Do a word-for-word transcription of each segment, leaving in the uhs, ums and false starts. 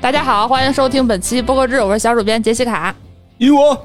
大家好，欢迎收听本期播客志，我是小主编杰西卡。 与我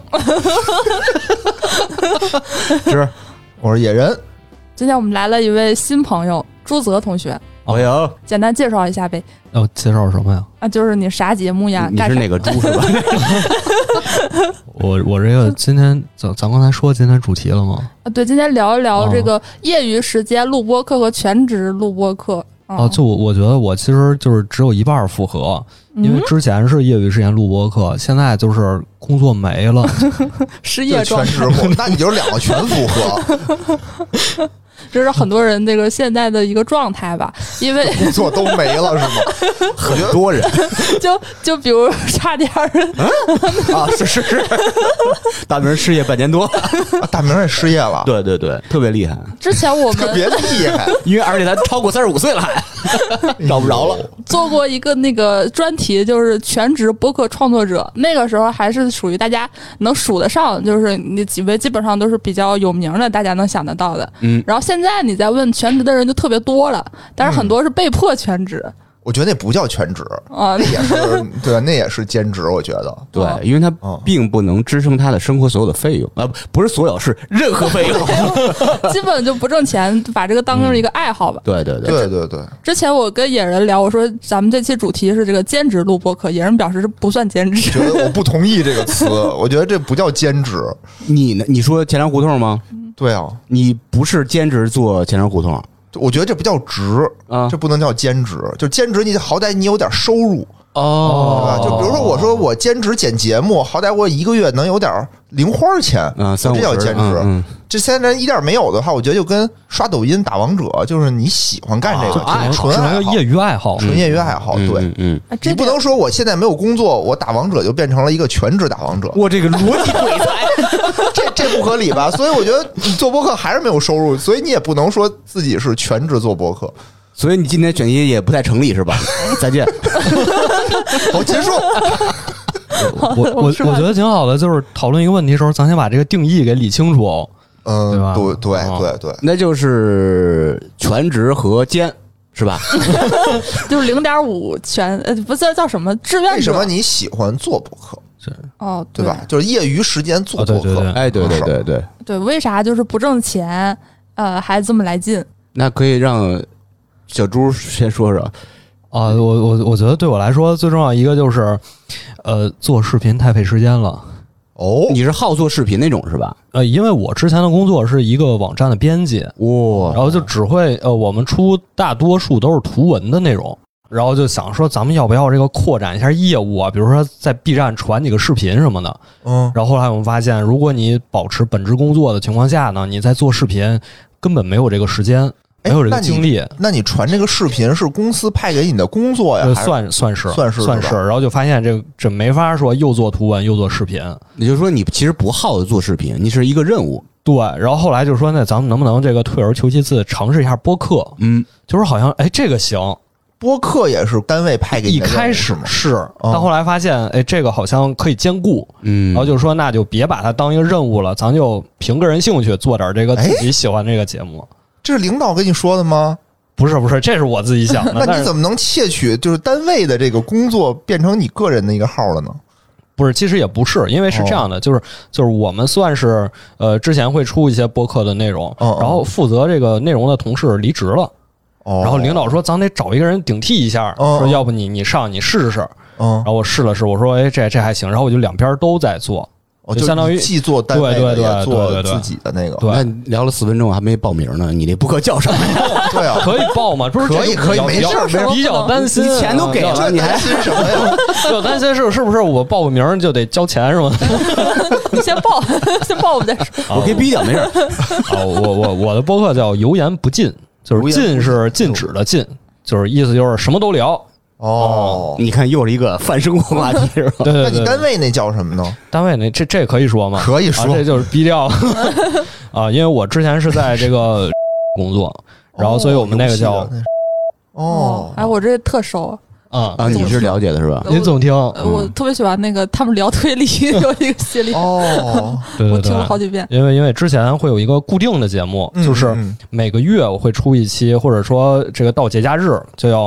是，我是野人。 今天我们来了一位新朋友朱泽同学， 我有简单介绍一下呗。 要、哦、介绍什么呀？ 啊，就是你啥节目呀？ 你是哪个猪是吧？ 我我这个今天咱咱刚才说今天主题了吗？ 啊，对，今天聊一聊这个业余时间录播课和全职录播课。 哦，就我我觉得我其实就是只有一半符合，因为之前是业余时间录播课，现在就是工作没了， 失业状态， 那你就是两个全符合。 这是很多人这个现在的一个状态吧，因为工作都没了是吗？ 很多人就就比如差点儿、 嗯、啊，是是是，大明失业半年多， 啊、大明也失业了， 对对对，特别厉害。 之前我们特别厉害， 因为而且他超过三十五岁了还找不着了。 做过一个那个专题，就是全职播客创作者，那个时候还是属于大家能数得上，就是那几位基本上都是比较有名的，大家能想得到的。嗯，然后现在你再问全职的人就特别多了，但是很多是被迫全职。嗯， 我觉得那不叫全职啊， 那也是对，那也是兼职。我觉得对，因为他并不能支撑他的生活所有的费用啊，不是所有，是任何费用， 基本就不挣钱，把这个当成一个爱好吧。 嗯、对对对对对对。 之前我跟野人聊，我说咱们这期主题是这个兼职录播课，野人表示是不算兼职， 觉得我不同意这个词，我觉得这不叫兼职。 你呢？你说钱粮胡同吗？ 对啊， 你不是兼职做钱粮胡同。 我觉得这不叫职啊，这不能叫兼职。就兼职，你好歹你有点收入哦， 对吧？就比如说，我说我兼职剪节目，好歹我一个月能有点零花钱啊， 这叫兼职。嗯嗯，这现在一点没有的话，我觉得就跟刷抖音、打王者，就是你喜欢干这个， 啊、 纯爱好、 业余爱好、 纯业余爱好。对， 嗯，嗯嗯你不能说我现在没有工作，我打王者就变成了一个全职打王者。 我这个逻辑鬼才。 这这不合理吧？所以我觉得你做播客还是没有收入，所以你也不能说自己是全职做播客。 所以你今天选题也不太成立是吧？再见。 好，结束。 我我我觉得挺好的，就是讨论一个问题的时候，咱先把这个定义给理清楚。 嗯， 对吧？ 对对对对， 那就是全职和兼。是吧？ 就是零点五全呃，不是叫什么志愿者？ 为什么你喜欢做播客？ 是哦， 对吧？就是业余时间做播客。 哦、对对对， 哎，对对对对对，为啥就是不挣钱，呃，还这么来劲？ 那可以让小猪先说说。 啊，我我我觉得对我来说最重要一个就是，呃，做视频太费时间了。 哦， 你是好做视频那种是吧？ 呃，因为我之前的工作是一个网站的编辑， 哇， 然后就只会呃，我们出大多数都是图文的内容，然后就想说咱们要不要这个扩展一下业务啊？比如说在 B 站传几个视频什么的。嗯，然后后来我们发现，如果你保持本职工作的情况下呢，你在做视频根本没有这个时间。没有这个精力。 那 你, 那你传这个视频是公司派给你的工作呀？ 算算是算是算是。然后就发现这这没法说又做图文又做视频。 也就是说你其实不好做视频，你是一个任务。 对。然后后来就说那咱们能不能这个退而求其次尝试一下播客？ 嗯， 就是好像哎这个行。 播客也是单位派给你的， 一开始是，但后来发现哎这个好像可以兼顾。 嗯， 然后就说那就别把它当一个任务了，咱就凭个人兴趣做点这个自己喜欢这个节目。 这是领导跟你说的吗？ 不是不是，这是我自己想的。 那你怎么能窃取就是单位的这个工作变成你个人的一个号了呢？ 不是，其实也不是，因为是这样的，哦、就是就是我们算是呃之前会出一些播客的内容，哦、然后负责这个内容的同事离职了，哦、然后领导说咱得找一个人顶替一下，哦、说要不你你上你试试，哦、然后我试了试，我说哎这这还行，然后我就两边都在做。 哦， 就相当于既做单位的也做自己的那个。 对， 那聊了四分钟还没报名呢，你这播客叫什么呀？ 对啊， 可以报吗？不是可以可以，没事没事。 比较担心， 钱都给了，你还担心什么呀？ 比较担心是是不是我报个名就得交钱是吗？ 你先报，先报我们再说。 我可以逼掉，没事。 啊，我我我的播客叫油盐不进，就是禁是禁止的禁，就是意思就是什么都聊。 哦， 你看又是一个泛生活话题是吧？ 对对对。 那你单位那叫什么呢？ 单位那这这可以说吗？ 可以说， 啊、这就是逼掉啊，因为我之前是在这个工作，然后所以我们那个叫哦， 哎，我这特熟。 啊啊！你是了解的是吧？ 您总听， 我特别喜欢那个他们聊推理有一个系列哦， 对对对， 我听了好几遍。 因为因为之前会有一个固定的节目， 嗯、 就是每个月我会出一期，或者说这个到节假日就要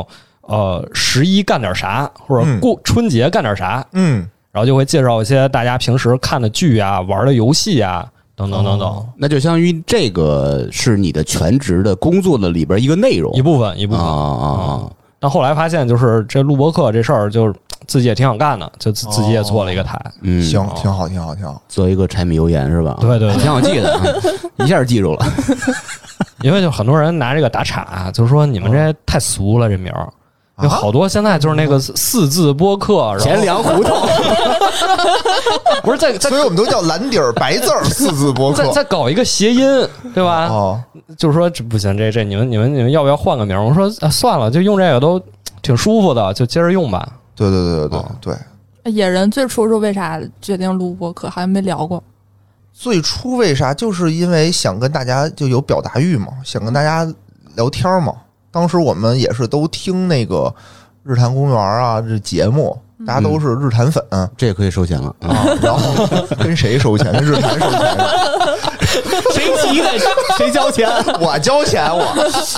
呃十一干点啥，或者过春节干点啥， 嗯， 然后就会介绍一些大家平时看的剧啊、玩的游戏啊等等等等。 哦、那就相当于这个是你的全职的工作的里边一个内容， 一部分一部分啊啊。 嗯但后来发现，就是这录播课这事儿，就是自己也挺想干的，就自自己也做了一个台。 嗯， 行，挺好，挺好，挺好。 做一个柴米油盐是吧？ 对对对， 挺好记的，一下记住了。 因为就很多人拿这个打岔，就是说你们这太俗了，这名儿。有好多现在就是那个四字播客， 钱粮胡同， 不是在， 所以我们都叫蓝底儿白字儿四字播客， 再再搞一个谐音，对吧？ 哦， 就是说这不行，这这你们你们你们要不要换个名？我说、啊、算了，就用这个都挺舒服的，就接着用吧。 对对对对对、哦、对。 野人最初是为啥决定录播客？好像没聊过。 最初为啥？就是因为想跟大家就有表达欲嘛，想跟大家聊天嘛。当时我们也是都听那个日坛公园啊这节目，大家都是日坛粉，嗯、 这也可以收钱了啊。然后跟谁收钱？跟日坛收钱？ 谁提的？谁交钱？ 我交钱，我。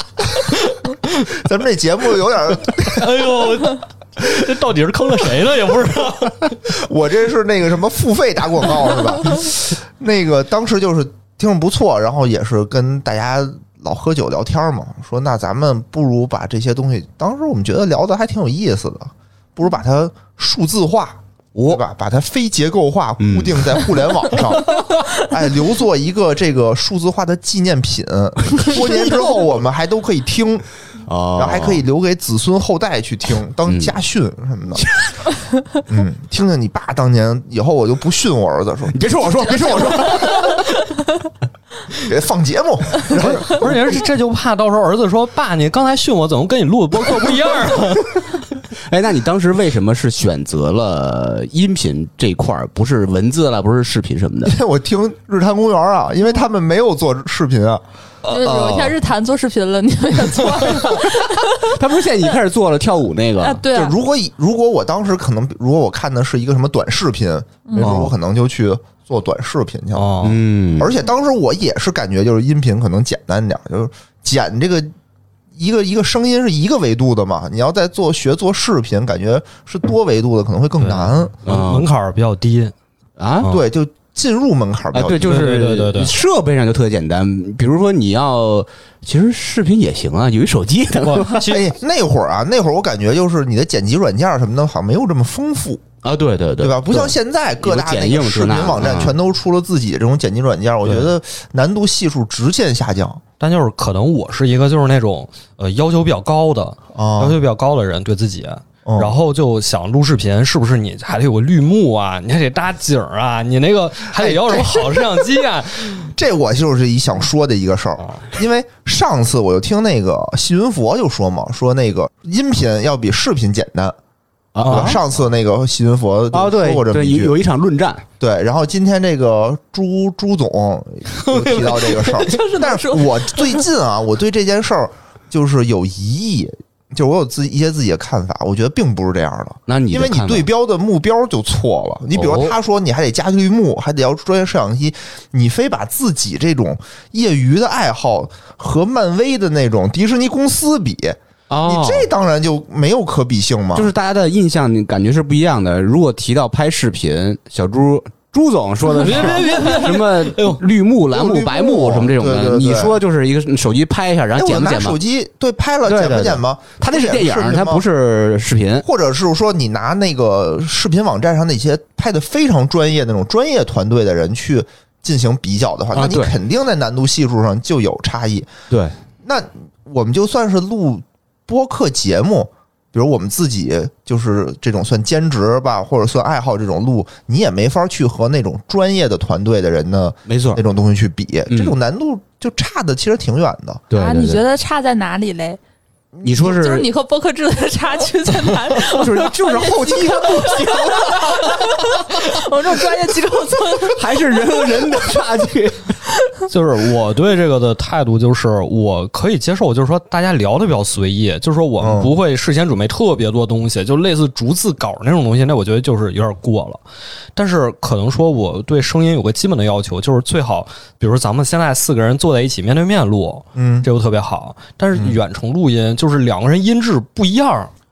咱们这节目有点， 哎呦，这到底是坑了谁了也不知道。 我这是那个什么付费打广告是吧？那个当时就是听着不错，然后也是跟大家老喝酒聊天嘛，说那咱们不如把这些东西，当时我们觉得聊的还挺有意思的，不如把它数字化，对吧？把它非结构化，固定在互联网上，嗯、哎，留作一个这个数字化的纪念品，多年之后我们还都可以听。然后还可以留给子孙后代去听，当家训什么的。嗯，听听你爸当年，以后我就不训我儿子说， 你别说我说，别说我说， 别放节目。 不是，不是，这就怕到时候儿子说：“爸，你刚才训我，怎么跟你录的播客不一样啊？” 哎，那你当时为什么是选择了音频这一块儿，不是文字了，不是视频什么的？ 因为我听日坛公园啊，因为他们没有做视频啊。 因为有一天日坛做视频了，你们也做了。 他不是现在已经开始做了跳舞那个？ 啊，对啊。 就如果如果我当时可能，如果我看的是一个什么短视频，没准我可能就去做短视频去了。 嗯， 而且当时我也是感觉，就是音频可能简单点，就是剪这个一个一个声音是一个维度的嘛，你要再做学做视频，感觉是多维度的，可能会更难， 门槛比较低啊。 对，就。进入门槛比较低， 对，就是对对对对， 设备上就特简单。比如说你要，其实视频也行啊，有一手机的。 哎，那会儿啊，那会儿我感觉就是你的剪辑软件什么的，好像没有这么丰富啊。对对对， 对吧？不像现在各大那个视频网站全都出了自己这种剪辑软件，我觉得难度系数直线下降。 但就是可能我是一个就是那种呃要求比较高的， 啊、 要求比较高的人对自己。然后就想录视频，是不是你还得有个绿幕啊？你还得搭景啊？你那个还得要什么好摄像机啊？ 这我就是一想说的一个事儿，因为上次我就听那个细云佛就说嘛，说那个音频要比视频简单啊。上次那个细云佛啊，对， 说过这么一句， 有一场论战。 对，然后今天这个朱朱总又提到这个事儿，但是我最近啊，我对这件事儿就是有疑义。就是我有自己一些自己的看法，我觉得并不是这样的。 那你因为你对标的目标就错了。你比如说，他说你还得加绿幕，还得要专业摄像机，你非把自己这种业余的爱好和漫威的那种迪士尼公司比， 哦、 你这当然就没有可比性嘛。 就是大家的印象，你感觉是不一样的。如果提到拍视频，小猪。朱总说的是什么绿幕、蓝幕、白幕什么这种的， 对对对， 你说就是一个手机拍一下，然后剪不剪吗？ 手机对拍了剪不剪吗？ 他那是电影，它不是视频。 或者是说你拿那个视频网站上那些拍的非常专业那种专业团队的人去进行比较的话，那你肯定在难度系数上就有差异。 对， 那我们就算是录播客节目。比如我们自己就是这种算兼职吧，或者算爱好这种录，你也没法去和那种专业的团队的人呢， 没错， 那种东西去比， 嗯、 这种难度就差的其实挺远的。 对, 对, 对啊，你觉得差在哪里嘞？ 你说是就是你和播客制的差距在哪里？ 就是就是后期它不行， 我们这种专业机构做还是人和人的差距。 就是我对这个的态度就是我可以接受，就是说大家聊的比较随意，就是说我们不会事先准备特别多东西，就类似逐字稿那种东西，那我觉得就是有点过了。但是可能说我对声音有个基本的要求，就是最好，比如咱们现在四个人坐在一起面对面录，嗯，这就特别好。但是远程录音就是两个人音质不一样，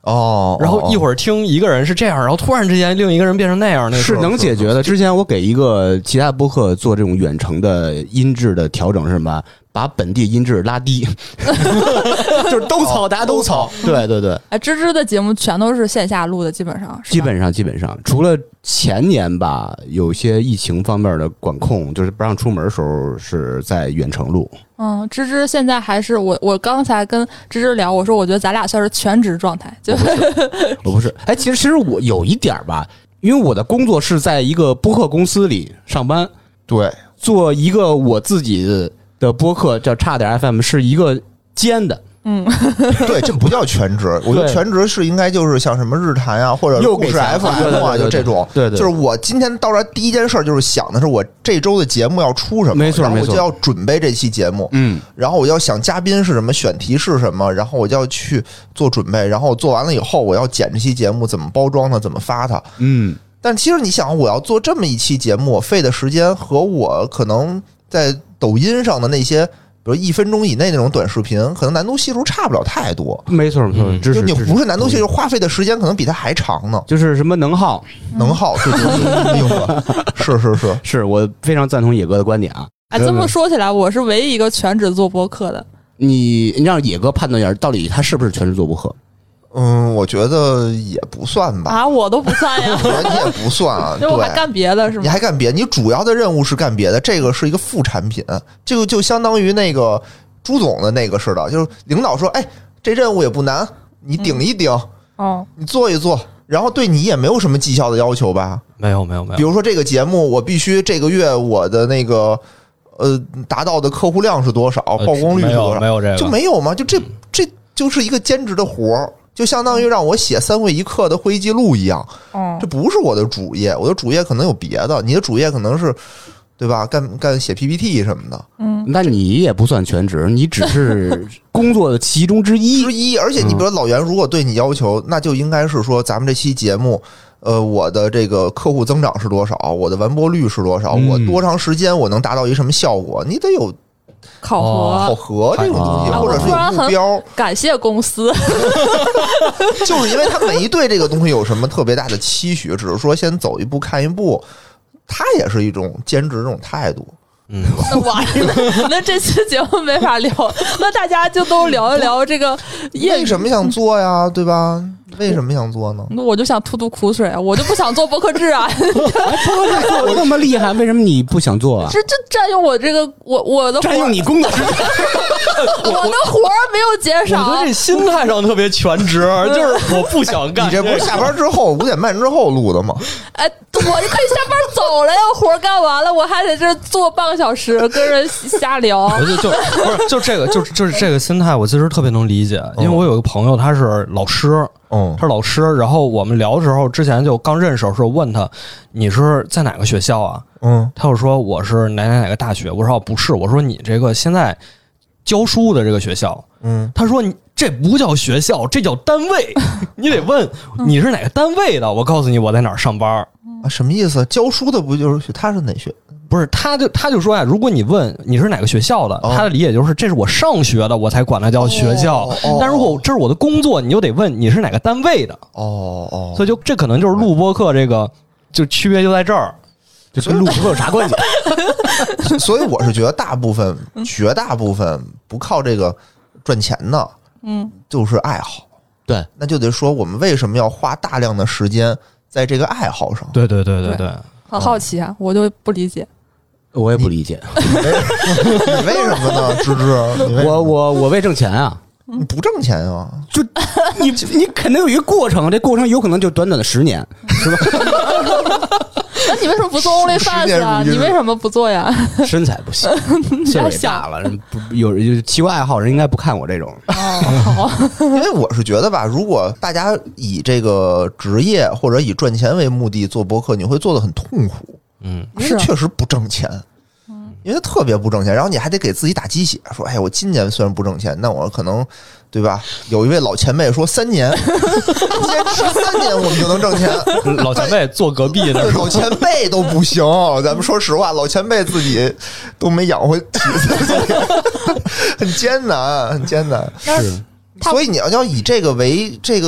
哦， 然后一会儿听一个人是这样，然后突然之间另一个人变成那样，那是能解决的。之前我给一个其他播客做这种远程的音质的调整是什么？把本地音质拉低，就是都操，大家都操。对对对， 哎，芝芝的节目全都是线下录的，基本上， 基本上基本上，除了前年吧，有些疫情方面的管控，就是不让出门的时候是在远程录。 嗯，芝芝现在还是我，我刚才跟芝芝聊，我说我觉得咱俩算是全职状态，就我不是，哎，其实其实我有一点吧，因为我的工作是在一个播客公司里上班， 对， 做一个我自己的。的播客叫差点 F M 是一个兼的， 嗯， 对，这不叫全职，我觉得全职是应该就是像什么日坛啊，或者故事 F M 啊，就这种， 对对， 就是我今天到这第一件事就是想的是我这周的节目要出什么， 没错没错， 我就要准备这期节目， 嗯， 然后我要想嘉宾是什么，选题是什么，然后我就要去做准备，然后做完了以后我要剪这期节目，怎么包装它，怎么发它， 嗯， 但其实你想，我要做这么一期节目，我费的时间和我可能在抖音上的那些。比如一分钟以内那种短视频，可能难度系数差不了太多。 没错没错， 就你不是难度系数，花费的时间可能比它还长呢。 就是什么能耗， 能耗，对对对，是是是， 是我非常赞同野哥的观点啊。 哎，这么说起来，我是唯一一个全职做播客的。 你你让野哥判断一下，到底他是不是全职做播客？ 嗯，我觉得也不算吧。 啊，我都不算呀。 我觉得你也不算啊， 因为我还干别的是吗？ 你还干别的，你主要的任务是干别的，这个是一个副产品，这个就相当于那个朱总的那个似的，就是领导说，哎，这任务也不难，你顶一顶， 嗯、哦， 你做一做，然后对你也没有什么绩效的要求吧？ 没有没有没有。 比如说这个节目，我必须这个月我的那个呃达到的客户量是多少，曝光率是多少？ 呃、没有没有这个就没有吗？就这这就是一个兼职的活儿。就相当于让我写三会一课的会议记录一样，这不是我的主业，我的主业可能有别的，你的主业可能是，对吧？干干写 P P T 什么的， 嗯， 那你也不算全职，你只是工作的其中之一之一。而且你比如老袁，如果对你要求，那就应该是说，咱们这期节目，呃，我的这个客户增长是多少，我的完播率是多少， 嗯、 我多长时间我能达到一什么效果，你得有。 考核、 考核这种东西， 啊、 或者是有目标。 感谢公司， 就是因为他没对这个东西有什么特别大的期许，只是说先走一步看一步，它也是一种兼职这种态度。 嗯， 那完了，那这期节目没法聊，那大家就都聊一聊这个为什么想做呀，对吧？为什么想做呢？ 那我就想吐吐苦水啊，我就不想做播客制啊。 播客制做那么厉害，为什么你不想做啊？ 这这占用我这个我我的占用你工作时间， 我的活儿没有减少。 我觉得这心态上特别全职，就是我不想干。 你这不是下班之后五点半之后录的吗？ 哎，我就可以下班走了呀，活儿干完了，我还得这坐半个小时跟人瞎聊。 我就就不是就这个，就就是这个心态，我其实特别能理解，因为我有一个朋友，他是老师。 嗯， 他是老师，然后我们聊的时候，之前就刚认识的时候问他，你是在哪个学校啊？ 嗯， 他就说我是哪哪哪个大学。我说不是，我说你这个现在教书的这个学校， 嗯， 他说你这不叫学校，这叫单位，你得问你是哪个单位的，我告诉你我在哪儿上班啊？什么意思？教书的不就是他是哪学？ 不是，他就他就说呀，如果你问你是哪个学校的， 哦、 他的理解就是这是我上学的，我才管它叫学校。 哦哦、 但如果这是我的工作，你就得问你是哪个单位的。 哦哦， 所以就这可能就是录播课这个就区别就在这儿， 就跟录播课有啥关系？ 所以我是觉得大部分、绝大部分不靠这个赚钱的， 嗯， 就是爱好。 对， 那就得说我们为什么要花大量的时间在这个爱好上？ 对对对对对， 好好奇啊，我就不理解。 我也不理解， 你为什么呢？芝芝， 我我我为挣钱啊！ 你不挣钱啊？ 就你你肯定有一个过程，这过程有可能就短短的十年，是吧？ 那你为什么不做 OnlyFans 啊？你为什么不做呀？ 身材不行，岁数也大了，不有有奇怪爱好人应该不看我这种。 哦， 因为我是觉得吧，如果大家以这个职业或者以赚钱为目的做播客，你会做得很痛苦。 嗯， 因为确实不挣钱，嗯，因为特别不挣钱，然后你还得给自己打鸡血，说，哎，我今年虽然不挣钱，那我可能，对吧？有一位老前辈说，三年，坚持三年，我们就能挣钱。 老前辈坐隔壁的， 老前辈都不行，咱们说实话，老前辈自己都没养活起自己，很艰难，很艰难。 是， 所以你要要以这个为这个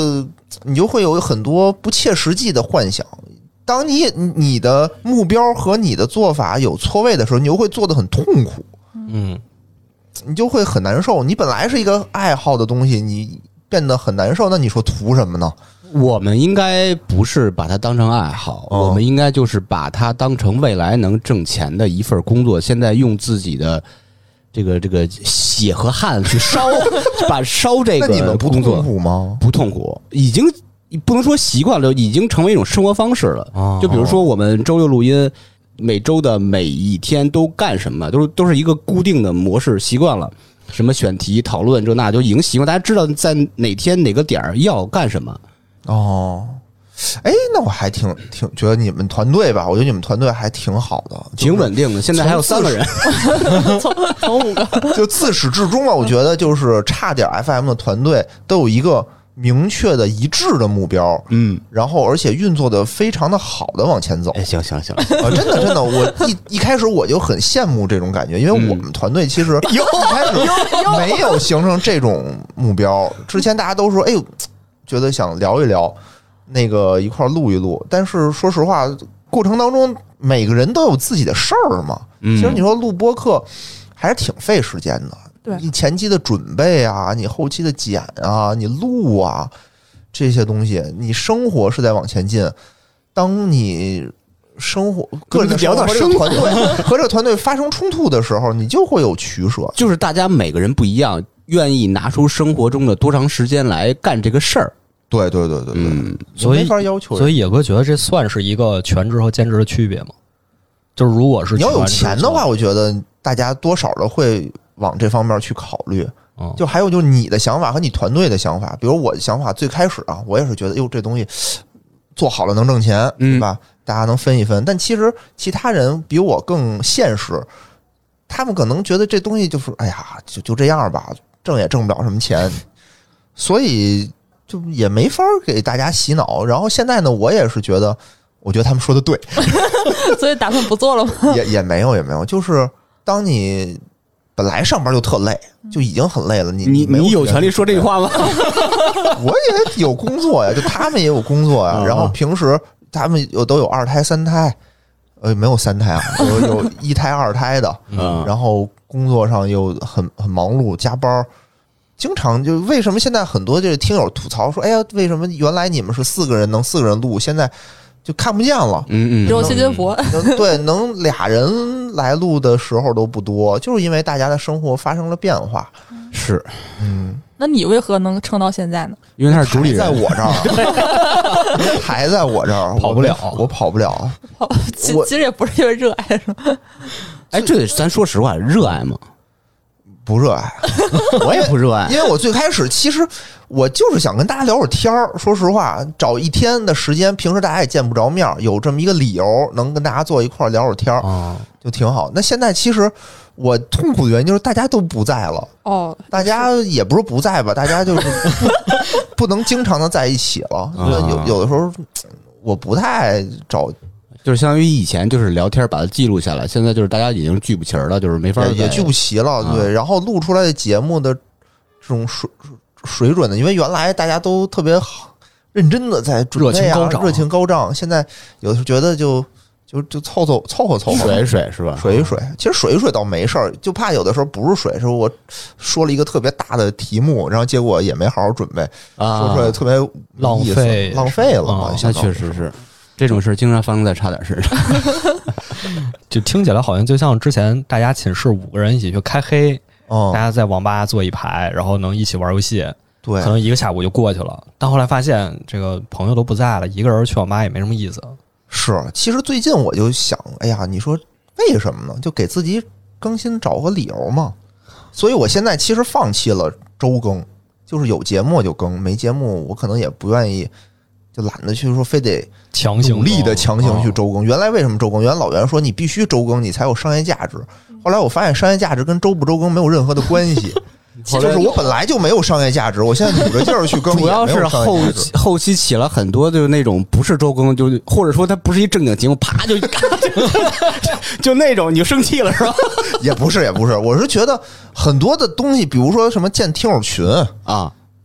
你就会有很多不切实际的幻想。当你你的目标和你的做法有错位的时候，你就会做得很痛苦， 嗯， 你就会很难受。你本来是一个爱好的东西，你变得很难受，那你说图什么呢？ 我们应该不是把它当成爱好， 哦、 我们应该就是把它当成未来能挣钱的一份工作。现在用自己的这个这个血和汗去烧，把烧这个工作，那你们不痛苦吗？ 不痛苦，已经。不能说习惯了，已经成为一种生活方式了。就比如说我们周六录音，每周的每一天都干什么，都是都是一个固定的模式，习惯了。什么选题、讨论这那就已经习惯，大家知道在哪天哪个点儿要干什么。 哦，哎，那我还挺挺觉得你们团队吧，我觉得你们团队还挺好的， 挺稳定的。现在还有三个人， 从从五个， 就自始至终啊，我觉得就是差点 F M 的团队都有一个明确的一致的目标， 嗯，然后而且运作的非常的好的往前走。 哎，行行行， 啊，真的真的，我一一开始我就很羡慕这种感觉，因为我们团队其实一开始没有形成这种目标，之前大家都说，哎呦，觉得想聊一聊，那个一块录一录，但是说实话，过程当中每个人都有自己的事儿嘛。其实你说录播客还是挺费时间的。你前期的准备啊，你后期的剪啊，你录啊，这些东西，你生活是在往前进。当你生活个人的生活和这个团队和这个团队发生冲突的时候，你就会有取舍。 就是大家每个人不一样，愿意拿出生活中的多长时间来干这个事儿。 对对对对对， 嗯， 所以没法要求。 所以野哥觉得这算是一个全职和兼职的区别吗？就是如果是你要有钱的话，我觉得大家多少的会往这方面去考虑。就还有就是你的想法和你团队的想法，比如我的想法最开始啊，我也是觉得，哟，这东西做好了能挣钱，对吧？大家能分一分。但其实其他人比我更现实，他们可能觉得这东西就是，哎呀，就就这样吧，挣也挣不了什么钱，所以就也没法给大家洗脑。然后现在呢，我也是觉得，我觉得他们说的对， 所以打算不做了吗？ 也也没有也没有，就是当你本来上班就特累，就已经很累了。你你你有权利说这句话吗？ 我也有工作呀，就他们也有工作呀。然后平时他们有都有二胎、三胎，呃，没有三胎啊，有有一胎、二胎的。 嗯， 然后工作上又很很忙碌，加班，经常就为什么现在很多这听友吐槽说，哎呀，为什么原来你们是四个人能四个人录，现在就看不见了？ 嗯嗯， 只有谢金佛。 对，能俩人来录的时候都不多，就是因为大家的生活发生了变化。 是， 嗯， 那你为何能撑到现在呢？ 因为他是主理人， 在我这儿，还在我这儿， 跑不了， 我跑不了。 跑，其其实也不是因为热爱，是吧？ 哎，这咱说实话，热爱吗？ 不热爱， 我也不热爱， 因为我最开始其实我就是想跟大家聊会儿天儿。说实话，找一天的时间，平时大家也见不着面，有这么一个理由能跟大家坐一块儿聊会儿天儿， 哦， 就挺好。那现在其实我痛苦的原因就是大家都不在了， 哦， 大家也不是不在吧，大家就是不不能经常的在一起了。有有的时候我不太找。 就是相当于以前就是聊天把它记录下来，现在就是大家已经聚不齐了，就是没法也聚不齐了，对。然后录出来的节目的这种水水准呢，因为原来大家都特别好认真的在准备啊，热情高涨，热情高涨。现在有的时候觉得就就就凑凑凑合凑合， 水水是吧？ 水水，其实水水倒没事儿，就怕有的时候不是水，是我说了一个特别大的题目，然后结果也没好好准备， 啊、 说出来特别浪费浪费了嘛。 那确实是。这种事经常发生在差点身上， 就听起来好像就像之前大家寝室五个人一起去开黑， 哦， 大家在网吧坐一排，然后能一起玩游戏， 对， 可能一个下午就过去了。但后来发现这个朋友都不在了，一个人去网吧也没什么意思。 是，其实最近我就想，哎呀，你说为什么呢？就给自己更新找个理由嘛。所以我现在其实放弃了周更，就是有节目就更，没节目我可能也不愿意。就懒得去说，非得强行努力的强行去周更。原来为什么周更？原来老袁说你必须周更，你才有商业价值。后来我发现商业价值跟周不周更没有任何的关系，就是我本来就没有商业价值，我现在努着劲儿去更， 主要是后后期起了很多就是那种不是周更，就或者说它不是一正经节目，啪就就那种你就生气了是吧？ 也不是也不是，我是觉得很多的东西，比如说什么建听友群啊。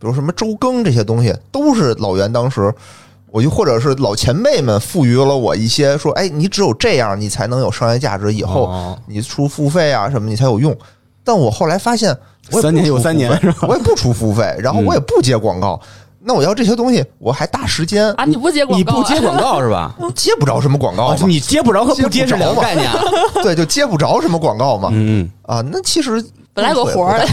比如什么周更这些东西，都是老袁当时，我就或者是老前辈们赋予了我一些说，哎，你只有这样，你才能有商业价值，以后你出付费啊什么，你才有用。但我后来发现，我三年有三年， 我也不出付费，然后我也不接广告。嗯，那我要这些东西，我还大时间啊！你不接广告、啊， 你不接广告是吧？ 接不着什么广告、啊， 你接不着和不接是两个概念、啊。 对，就接不着什么广告嘛。 嗯啊，那其实本来有活儿，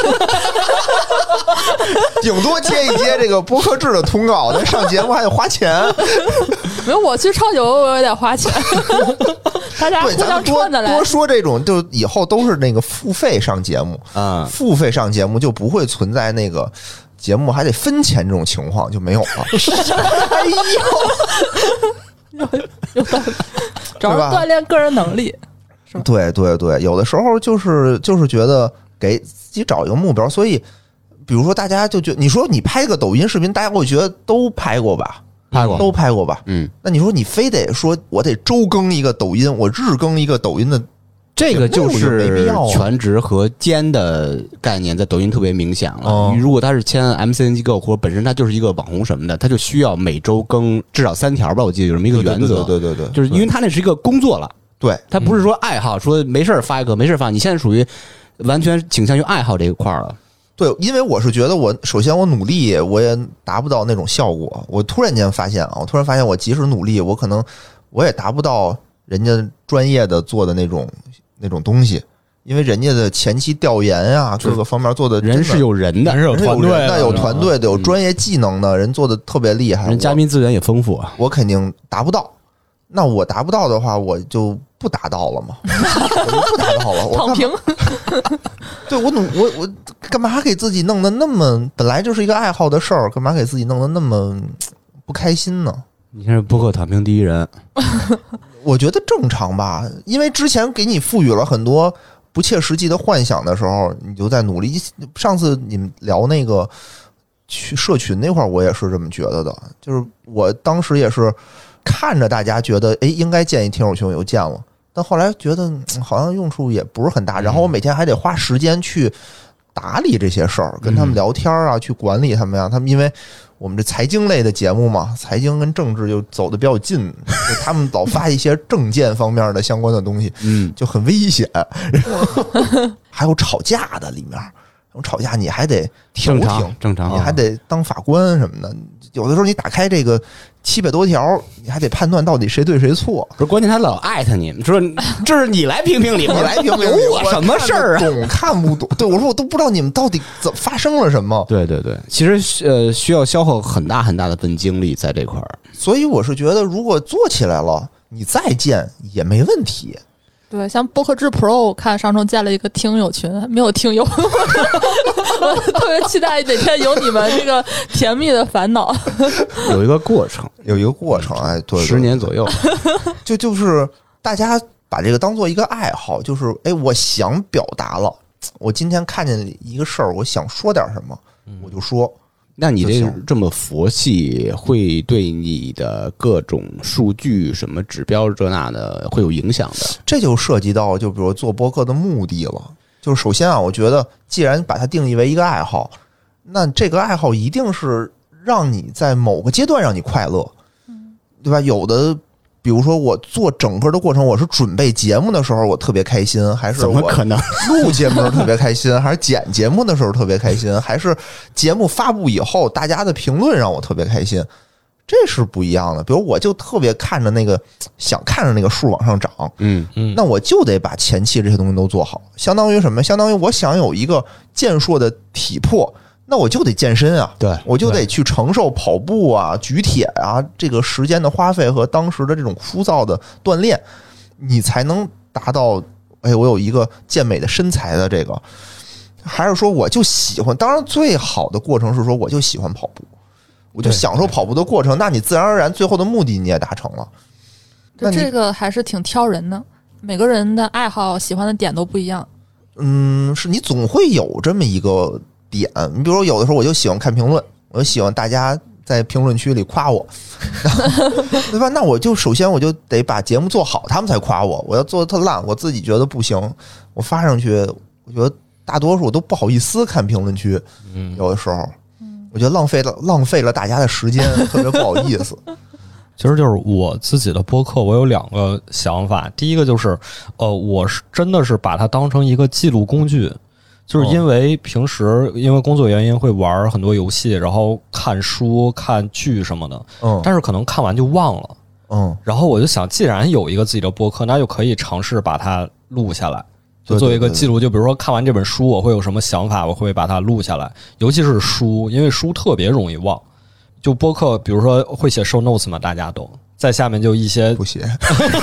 顶多接一接这个播客制的通告，但上节目还得花钱。 没有，我去超九我也得花钱。大家互相串的来。 多说这种，就以后都是那个付费上节目啊，付费上节目就不会存在那个。节目还得分钱这种情况就没有了。哎呦，有道理，主要是锻炼个人能力。是吧？ 对对对，有的时候就是就是觉得给自己找一个目标，所以比如说大家就觉得，你说你拍个抖音视频，大家会觉得都拍过吧？ 拍过， 都拍过吧？ 嗯， 那你说你非得说我得周更一个抖音，我日更一个抖音的。 这个就是全职和兼的概念在抖音特别明显了。哦、如果他是签 M C N 机构，或者本身他就是一个网红什么的，他就需要每周更至少三条吧，我记得有这么一个原则。 对对 对, 对, 对, 对， 就是因为他那是一个工作了， 对他不是说爱好，说没事发一个，没事发。你现在属于完全倾向于爱好这一块了。 对，因为我是觉得我首先我努力我也达不到那种效果。我突然间发现啊，我突然发现我即使努力，我可能我也达不到人家专业的做的那种那种东西。因为人家的前期调研啊，各个方面做的人是有人的， 人是有团队的，有团队的，有专业技能的人做的特别厉害， 人嘉宾资源也丰富啊。 我肯定达不到，那我达不到的话，我就不达到了嘛，我就不达到了，我躺平。 对我努我我干嘛给自己弄得那么本来就是一个爱好的事儿，干嘛给自己弄得那么不开心呢？ 你现在播客躺平第一人， 我觉得正常吧，因为之前给你赋予了很多。不切实际的幻想的时候，你就在努力。上次你们聊那个去社群那块儿，我也是这么觉得的。就是我当时也是看着大家觉得，哎，应该建一听友群，我就建了。但后来觉得、嗯、好像用处也不是很大。然后我每天还得花时间去打理这些事儿，跟他们聊天啊，去管理他们呀。他们因为我们这财经类的节目嘛，财经跟政治就走得比较近，就他们老发一些政见方面的相关的东西，嗯，就很危险。然后还有吵架的里面，吵架你还得调停， 正常， 你还得当法官什么的。有的时候你打开这个七百多条，你还得判断到底谁对谁错。 不是，关键他老艾特你，说这是你来评评理， 你来评评理， 我什么事儿啊？ 懂看不懂？对，我说我都不知道你们到底怎么发生了什么。 对对对，其实呃需要消耗很大很大的份精力在这块儿。 所以我是觉得，如果做起来了，你再建也没问题。 对，像播客制 Pro， 我看上周建了一个听友群，没有听友，我特别期待哪天有你们这个甜蜜的烦恼。 有一个过程， 有一个过程，哎，对， 十年左右， 就就是大家把这个当做一个爱好，就是哎，我想表达了，我今天看见一个事儿，我想说点什么，我就说。 那你这这么佛系，会对你的各种数据、什么指标这那的会有影响的？ 这就涉及到，就比如做播客的目的了。就是首先啊，我觉得既然把它定义为一个爱好，那这个爱好一定是让你在某个阶段让你快乐，对吧？有的。比如说我做整个的过程，我是准备节目的时候我特别开心，还是我可能录节目的时候特别开心，还是剪节目的时候特别开心，还是节目发布以后大家的评论让我特别开心，这是不一样的。比如我就特别看着那个想看着那个数往上涨， 嗯嗯， 那我就得把前期这些东西都做好，相当于什么？相当于我想有一个健硕的体魄。那我就得健身啊， 对， 我就得去承受跑步啊、举铁啊这个时间的花费和当时的这种枯燥的锻炼，你才能达到哎，我有一个健美的身材的这个。还是说我就喜欢？当然，最好的过程是说我就喜欢跑步，我就享受跑步的过程。那你自然而然最后的目的你也达成了。 那这个还是挺挑人的，每个人的爱好、喜欢的点都不一样。 嗯，是你总会有这么一个。点，你比如说有的时候我就喜欢看评论，我就喜欢大家在评论区里夸我，对吧？那我就首先我就得把节目做好，他们才夸我。我要做的特烂，我自己觉得不行，我发上去，我觉得大多数都不好意思看评论区，有的时候， 我觉得浪费了浪费了大家的时间，特别不好意思。 其实就是我自己的播客，我有两个想法。第一个就是，呃，我是真的是把它当成一个记录工具，就是因为平时因为工作原因会玩很多游戏，然后看书、看剧什么的，嗯，但是可能看完就忘了，嗯，然后我就想，既然有一个自己的播客，那就可以尝试把它录下来。就做一个记录，就比如说看完这本书，我会有什么想法，我会把它录下来。尤其是书，因为书特别容易忘。就播客，比如说会写 show notes 嘛，大家都在下面就一些不写，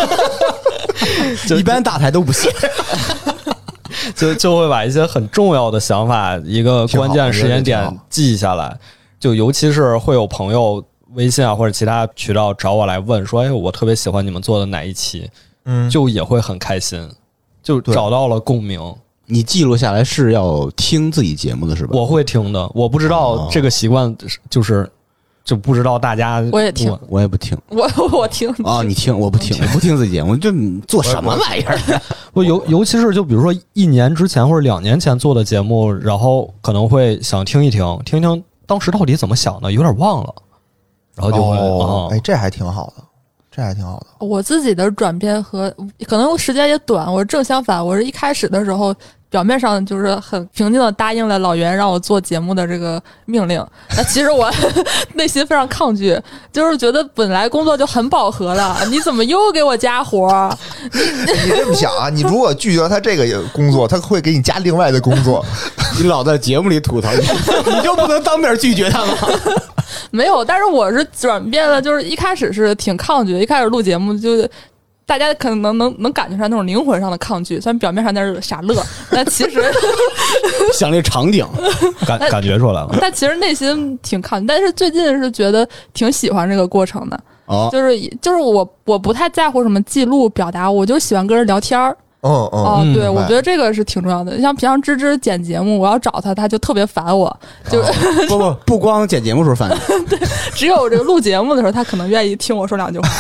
一般大台都不写， 就就会把一些很重要的想法，一个关键时间点记下来。就尤其是会有朋友微信啊或者其他渠道找我来问说，哎，我特别喜欢你们做的哪一期，嗯，就也会很开心。就找到了共鸣。 你记录下来是要听自己节目的是吧？ 我会听的，我不知道这个习惯就是就不知道大家。 我也听， 我也不听， 我我听啊、哦，你听，我不听，我不听自己节目，这做什么玩意儿？ 我尤尤其是就比如说一年之前或者两年前做的节目，然后可能会想听一听，听一听当时到底怎么想的，有点忘了，然后就会， 哦、哎，这还挺好的。这还挺好的。 我自己的转变和可能时间也短，我正相反，我是一开始的时候表面上就是很平静的答应了老袁让我做节目的这个命令，那其实我内心非常抗拒，就是觉得本来工作就很饱和了，你怎么又给我加活？ 你你这么想啊？你如果拒绝了他这个工作，他会给你加另外的工作。 你老在节目里吐槽，你你就不能当面拒绝他吗？ 没有，但是我是转变了，就是一开始是挺抗拒，一开始录节目就是大家可能能能能感觉出来那种灵魂上的抗拒，虽然表面上在这傻乐，但其实想这场景感感觉出来了， 但其实内心挺抗拒。但是最近是觉得挺喜欢这个过程的，哦、就是就是我我不太在乎什么记录表达，我就喜欢跟人聊天儿。 哦哦，对，嗯、我觉得这个是挺重要的。像平常芝芝剪节目，我要找他，他就特别烦我。就、哦、 不不不光剪节目时候烦， 对，只有这个录节目的时候，他可能愿意听我说两句话。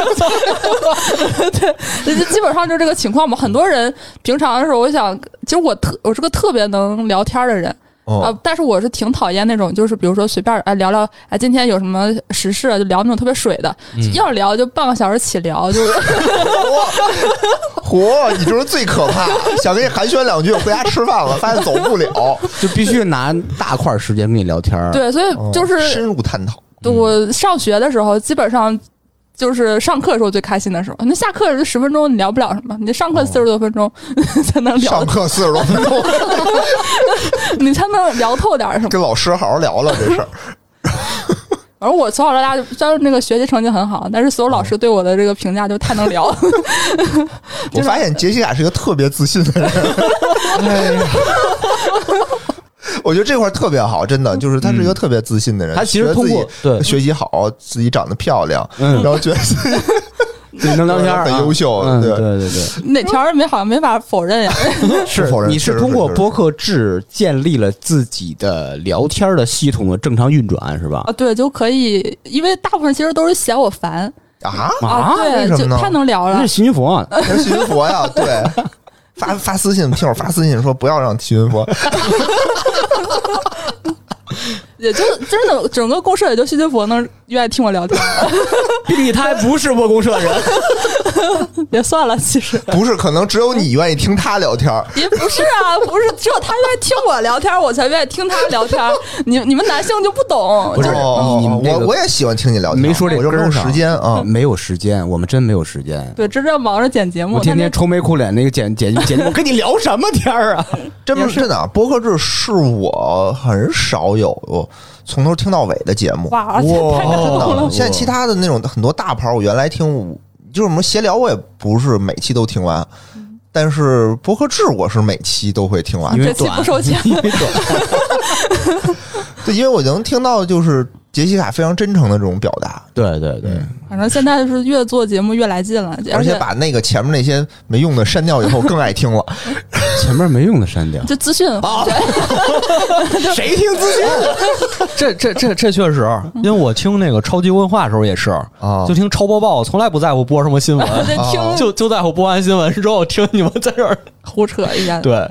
对，基本上就是这个情况嘛。很多人平常的时候，我想，其实我特我是个特别能聊天的人。 哦、 啊！但是我是挺讨厌那种，就是比如说随便哎聊聊，哎今天有什么时事，就聊那种特别水的，嗯、要聊就半个小时起聊，就是。 嚯，你这是最可怕！想跟你寒暄两句，回家吃饭了，发现走不了， 就必须拿大块时间跟你聊天。 对，所以就是、 哦、深入探讨。 我上学的时候，基本上。就是上课的时候最开心的时候，那下课就十分钟你聊不了什么，你上课四十多分钟、哦、才能聊。 上课四十多分钟， 你才能聊透点什么。 跟老师好好聊聊这事儿。 而我从小到大虽然那个学习成绩很好，但是所有老师对我的这个评价就太能聊。 我发现杰西卡是一个特别自信的人。哎呀。我觉得这块特别好，真的，就是他是一个特别自信的人。 嗯、他其实通过对学习好，自己长得漂亮，嗯、然后觉得自己能聊天很优秀。 嗯、 对对对对， 哪条没好像没法否认呀？ 是否认？你是通过播客制建立了自己的聊天的系统的正常运转，是吧？ 啊，对，就可以，因为大部分其实都是嫌我烦啊啊，对，就太能聊了。 那是徐云佛啊， 那是徐云佛呀，对。发发私信，听我发私信说不要让徐云佛。 也就真的整个公社也就徐云佛能愿意听我聊天。 毕竟他还不是播公社人。 也算了，其实不是，可能只有你愿意听他聊天。 也不是啊，不是只有他愿意听我聊天，我才愿意听他聊天。你你们男性就不懂， 不是、 就是哦、 你你、 这个、我我也喜欢听你聊天， 没说这根儿上，时间啊、 嗯，没有时间，我们真没有时间。 对，真正忙着剪节目， 我天天愁眉苦脸那个剪剪剪，我跟你聊什么天啊？ 真不是真的啊！播客制是我很少有从头听到尾的节目。 哇，太感动了！ 现在其他的那种很多大牌，我原来听。就是什么闲聊，我也不是每期都听完，嗯、但是播客制我是每期都会听完， 因为这期不收钱。 因为短， 对，因为我能听到就是杰西卡非常真诚的这种表达。 对对对， 嗯、反正现在就是越做节目越来劲了， 而且把那个前面那些没用的删掉以后更爱听了。 前面没用的删掉， 就资讯啊， 谁听资讯？ 这这这这确实，因为我听那个超级文化的时候也是啊，就听超播报，从来不在乎播什么新闻， 听就就在乎播完新闻之后听你们在这儿胡扯一下。 对，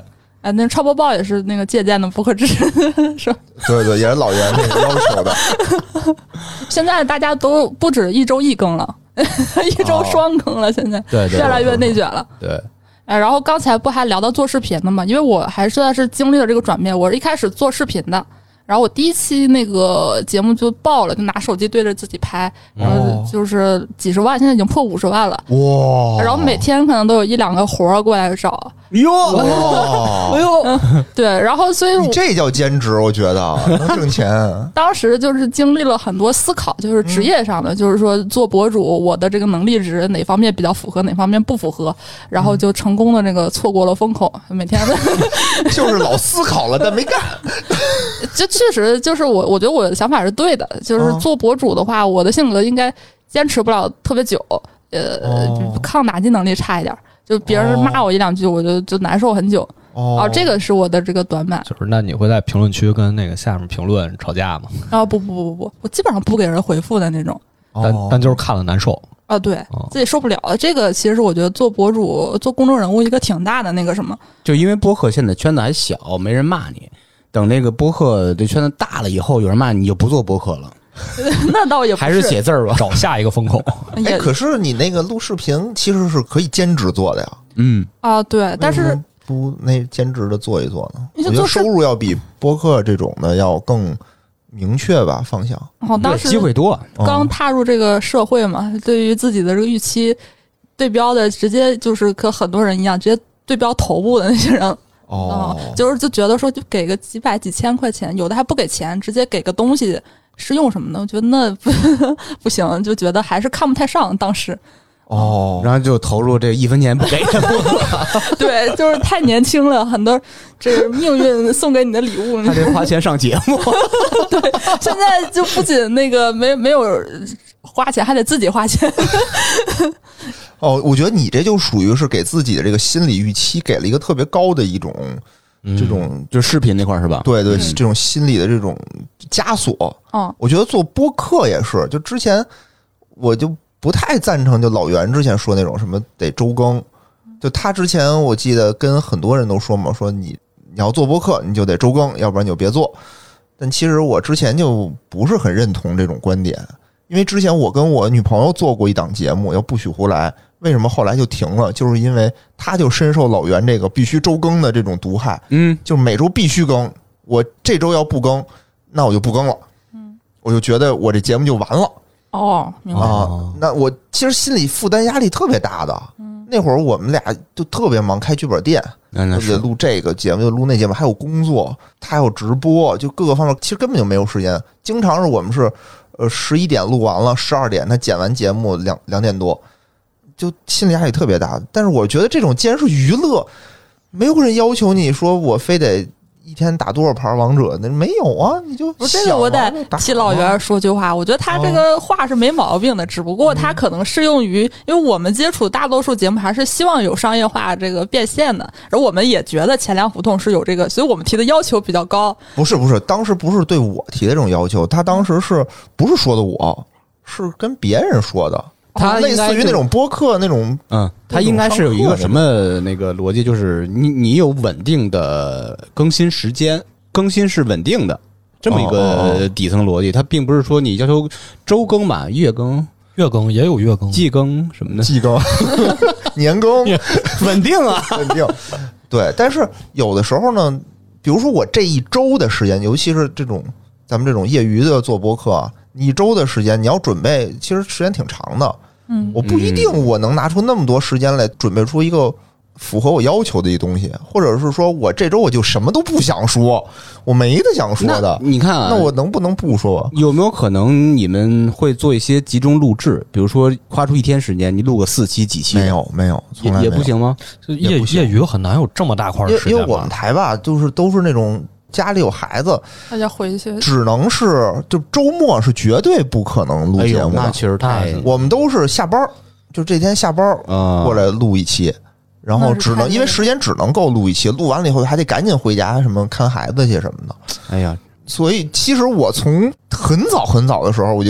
哎，那超播报也是那个借鉴的播客知识，是吧？ 对对，也是老袁那个要求的。 现在大家都不止一周一更了，一周双更了，现在对对， 越来越内卷了。 对。 哎，然后刚才不还聊到做视频的吗？因为我还算是经历了这个转变，我是一开始做视频的。然后我第一期那个节目就爆了，就拿手机对着自己拍，然后就是几十万，现在已经破五十万了。哇！然后每天可能都有一两个活儿过来找。 哟， 哎呦，嗯，对，然后所以你这叫兼职，我觉得能挣钱。 当时就是经历了很多思考，就是职业上的，嗯、就是说做博主，我的这个能力值哪方面比较符合，哪方面不符合，然后就成功的这个错过了风口，每天的就是老思考了，但没干。 就确实就是我，我觉得我的想法是对的，就是做博主的话，我的性格应该坚持不了特别久，呃，哦、抗打击能力差一点。就别人骂我一两句，我就就难受很久。哦，啊，这个是我的这个短板。 就是那你会在评论区跟那个下面评论吵架吗？ 啊，不不不不不，我基本上不给人回复的那种。 但但就是看了难受。 啊，对，哦、自己受不了。这个其实是我觉得做博主、做公众人物一个挺大的那个什么。 就因为播客现在圈子还小，没人骂你。等那个播客这圈子大了以后，有人骂你，你就不做播客了。 那倒也不是， 还是写字儿吧， 找下一个风口。 哎，可是你那个录视频其实是可以兼职做的呀。 嗯啊，对，但是不那兼职的做一做呢？我觉得收入要比播客这种的要更明确吧，方向。 哦，当时机会多， 刚踏入这个社会嘛，嗯、对于自己的这个预期对标的，直接就是和很多人一样，直接对标头部的那些人。 哦、 嗯，就是就觉得说，就给个几百几千块钱，有的还不给钱，直接给个东西。是用什么呢？我觉得那不不行，就觉得还是看不太上当时。 哦，然后就投入这一分钱不给。 对，就是太年轻了，很多这是命运送给你的礼物。 还得花钱上节目。 对，现在就不仅那个没没有花钱，还得自己花钱。 哦，我觉得你这就属于是给自己的这个心理预期给了一个特别高的一种。这种、 嗯、就视频那块是吧？ 对对，嗯、这种心理的这种枷锁， 嗯， 我觉得做播客也是。就之前我就不太赞成，就老袁之前说那种什么得周更，就他之前我记得跟很多人都说嘛，说你你要做播客你就得周更，要不然你就别做。但其实我之前就不是很认同这种观点，因为之前我跟我女朋友做过一档节目，叫不许胡来。为什么后来就停了？就是因为他就深受老袁这个必须周更的这种毒害，嗯，就是每周必须更，我这周要不更，那我就不更了，嗯，我就觉得我这节目就完了。 哦，明白啊，那我其实心理负担压力特别大的。嗯，那会儿我们俩就特别忙，开剧本店，就得录这个节目，就录那节目，还有工作，他还有直播，就各个方面，其实根本就没有时间。经常是我们是呃十一点录完了，十二点他剪完节目两两点多。就心理压力特别大，但是我觉得这种既然是娱乐，没有人要求你说我非得一天打多少盘王者，那没有啊，你就我这个我得替老袁说句话，我觉得他这个话是没毛病的，只不过他可能适用于，因为我们接触大多数节目还是希望有商业化这个变现的，而我们也觉得钱粮胡同是有这个，所以我们提的要求比较高。 不是不是，当时不是对我提的这种要求，他当时是不是说的我，是跟别人说的。他类似于那种播客那种， 嗯，他应该是有一个什么那个逻辑，就是你你有稳定的更新时间，更新是稳定的这么一个底层逻辑。它并不是说你要求周更嘛，月更、 月更也有月更、 季更什么的， 季更、年更， 稳定啊， 稳定。对，但是有的时候呢，比如说我这一周的时间，尤其是这种咱们这种业余的做播客啊。一周的时间你要准备，其实时间挺长的。嗯，我不一定我能拿出那么多时间来准备出一个符合我要求的一东西，或者是说我这周我就什么都不想说，我没得想说的。 你看啊， 那我能不能不说？ 有没有可能你们会做一些集中录制？比如说花出一天时间，你录个四期几期？ 没有，没有，从来没有。 也不行吗？ 业业余很难有这么大块的时间吧。 因为我们台吧，就是都是那种。家里有孩子， 大家回去只能是就周末是绝对不可能录节目的。 哎、那其实太， 我们都是下班，就这天下班过来录一期，嗯、然后只能因为时间只能够录一期，录完了以后还得赶紧回家什么看孩子去什么的。 哎呀， 所以其实我从很早很早的时候我就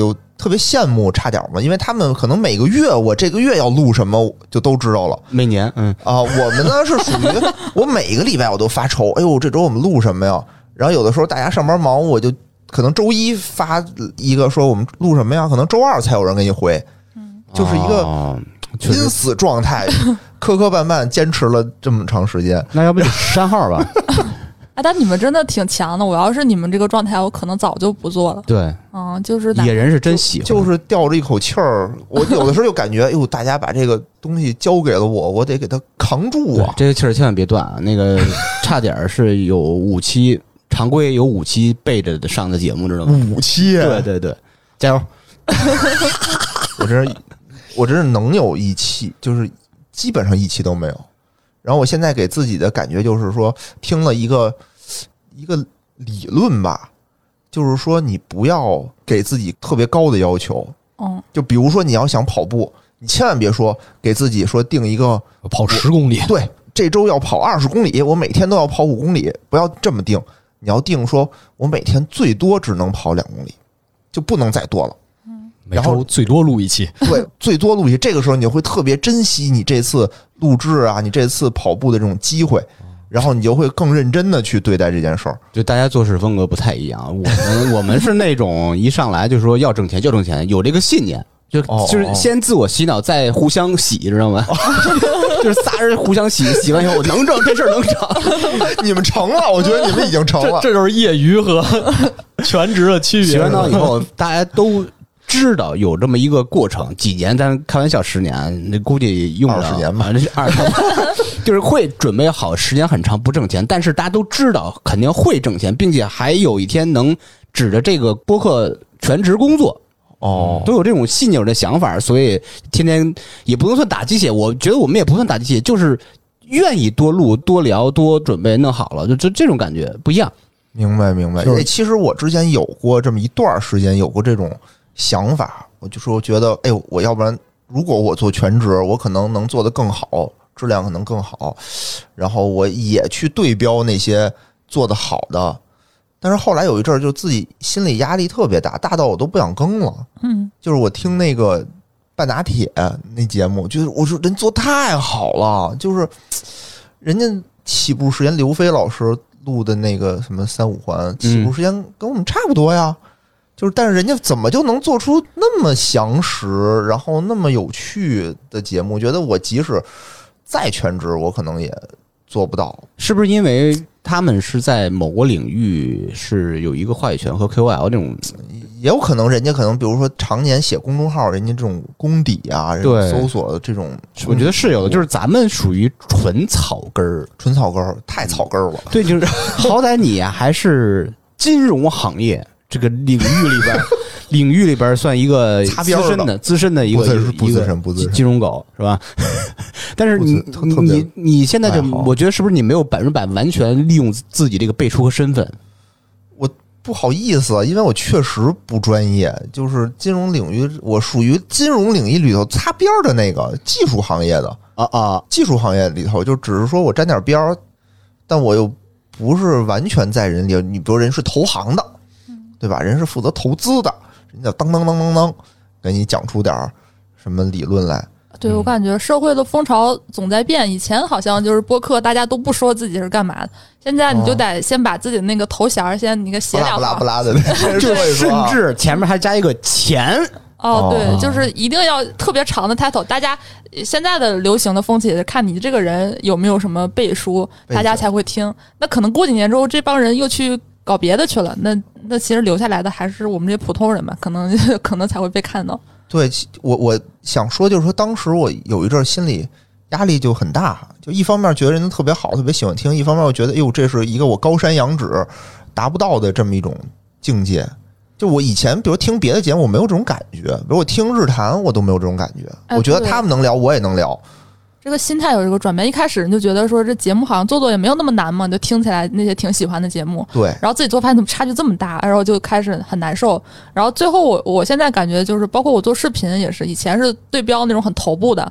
特别羡慕差点嘛，因为他们可能每个月我这个月要录什么就都知道了。 每年，嗯啊，我们呢是属于我每个礼拜我都发愁，哎呦，这周我们录什么呀？然后有的时候大家上班忙，我就可能周一发一个说我们录什么呀，可能周二才有人给你回，就是一个濒死状态，磕磕绊绊坚持了这么长时间。 那要不就删号吧？ 哎，但你们真的挺强的。我要是你们这个状态，我可能早就不做了。 对， 嗯，就是野人是真喜欢， 就是吊着一口气儿。我有的时候就感觉，哎呦，大家把这个东西交给了我，我得给他扛住啊！ 这个气儿千万别断啊！那个差点是有五期，常规有五期背着的上的节目，知道吗？ 五期， 对对对，加油！ 我这我这是能有一期，就是基本上一期都没有。然后我现在给自己的感觉就是说，听了一个一个理论吧，就是说你不要给自己特别高的要求。 嗯， 就比如说你要想跑步，你千万别说给自己说定一个跑十公里， 对，这周要跑二十公里，我每天都要跑五公里，不要这么定。你要定说，我每天最多只能跑两公里，就不能再多了。 每周最多录一期， 对，最多录一期。这个时候你会特别珍惜你这次录制啊，你这次跑步的这种机会，然后你就会更认真的去对待这件事儿。 就大家做事风格不太一样，我们我们是那种一上来就说要挣钱就挣钱，有这个信念，就就是先自我洗脑，再互相洗，知道吗？就是仨人互相洗，洗完以后我能挣这事儿能成， 你们成了，我觉得你们已经成了。 这, 这就是业余和全职的区别。 洗完脑以后，大家都知道有这么一个过程，几年，咱开玩笑，十年，那估计用不了二十年吧， 这是二十年，就是会准备好，时间很长不挣钱，但是大家都知道肯定会挣钱，并且还有一天能指着这个播客全职工作。 哦， 都有这种细腻的想法，所以天天也不能算打鸡血，我觉得我们也不算打鸡血，就是愿意多录、多聊、多准备，弄好了，就这这种感觉不一样。 明白明白。哎，其实我之前有过这么一段时间，有过这种想法，我就说觉得，哎呦，我要不然如果我做全职，我可能能做得更好，质量可能更好，然后我也去对标那些做得好的。但是后来有一阵儿，就自己心理压力特别大，大到我都不想更了。 嗯， 就是我听那个半打铁那节目，就是我说人做太好了，就是人家起步时间刘飞老师录的那个什么三五环，起步时间跟我们差不多呀。就是但是人家怎么就能做出那么详实，然后那么有趣的节目？我觉得我即使再全职，我可能也做不到。 是不是因为他们是在某个领域是有一个话语权和 K O L 这种？ 也有可能人家可能比如说常年写公众号，人家这种功底啊，人家搜索的这种， 我觉得是有的。就是咱们属于纯草根儿， 纯草根儿，太草根儿了。 对，就是好歹你啊还是金融行业这个领域里边，领域里边算一个资深的资深的一个不资深不资深金融狗是吧？但是你你你现在就我觉得是不是你没有百分之百完全利用自己这个背书和身份？ 我不好意思，因为我确实不专业，就是金融领域，我属于金融领域里头擦边的那个技术行业的啊啊， 技术行业里头就只是说我沾点边儿，但我又不是完全在人里。你比如人是投行的，对吧？人是负责投资的，人家当当当当当给你讲出点什么理论来。 对，我感觉社会的风潮总在变，以前好像就是播客大家都不说自己是干嘛的，现在你就得先把自己那个头衔先你给写两行，不拉不拉的， 甚至前面还加一个钱。 哦，对，就是一定要特别长的 title。大家现在的流行的风气是看你这个人有没有什么背书，大家才会听。那可能过几年之后，这帮人又去搞别的去了，那那其实留下来的还是我们这些普通人吧，可能可能才会被看到。 对，我我想说就是说，当时我有一阵心理压力就很大，就一方面觉得人家特别好，特别喜欢听，一方面我觉得，哎呦，这是一个我高山仰止达不到的这么一种境界。就我以前比如听别的节目我没有这种感觉，比如我听日坛我都没有这种感觉， 哎、 我觉得他们能聊我也能聊。 这个心态有这个转变，一开始你就觉得说这节目好像做做也没有那么难嘛，就听起来那些挺喜欢的节目， 对， 然后自己做发现怎么差距这么大，然后就开始很难受。然后最后我我现在感觉就是包括我做视频也是，以前是对标那种很头部的，